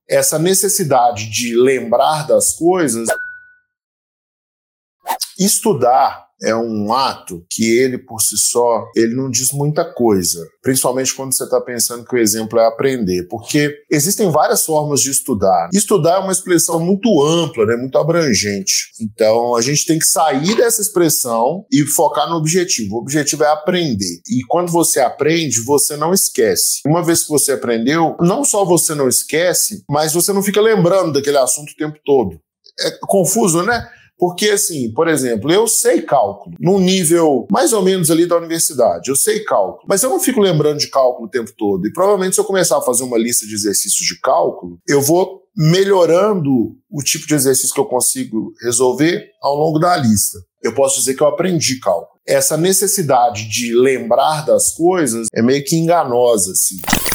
Essa necessidade de lembrar das coisas. Estudar é um ato que ele, por si só, ele não diz muita coisa. Principalmente quando você está pensando que o exemplo é aprender. Porque existem várias formas de estudar. Estudar é uma expressão muito ampla, né, muito abrangente. Então, a gente tem que sair dessa expressão e focar no objetivo. O objetivo é aprender. E quando você aprende, você não esquece. Uma vez que você aprendeu, não só você não esquece, mas você não fica lembrando daquele assunto o tempo todo. É confuso, né? Porque, assim, por exemplo, eu sei cálculo, num nível mais ou menos ali da universidade, eu sei cálculo, mas eu não fico lembrando de cálculo o tempo todo. E provavelmente se eu começar a fazer uma lista de exercícios de cálculo, eu vou melhorando o tipo de exercício que eu consigo resolver ao longo da lista. Eu posso dizer que eu aprendi cálculo. Essa necessidade de lembrar das coisas é meio que enganosa, assim.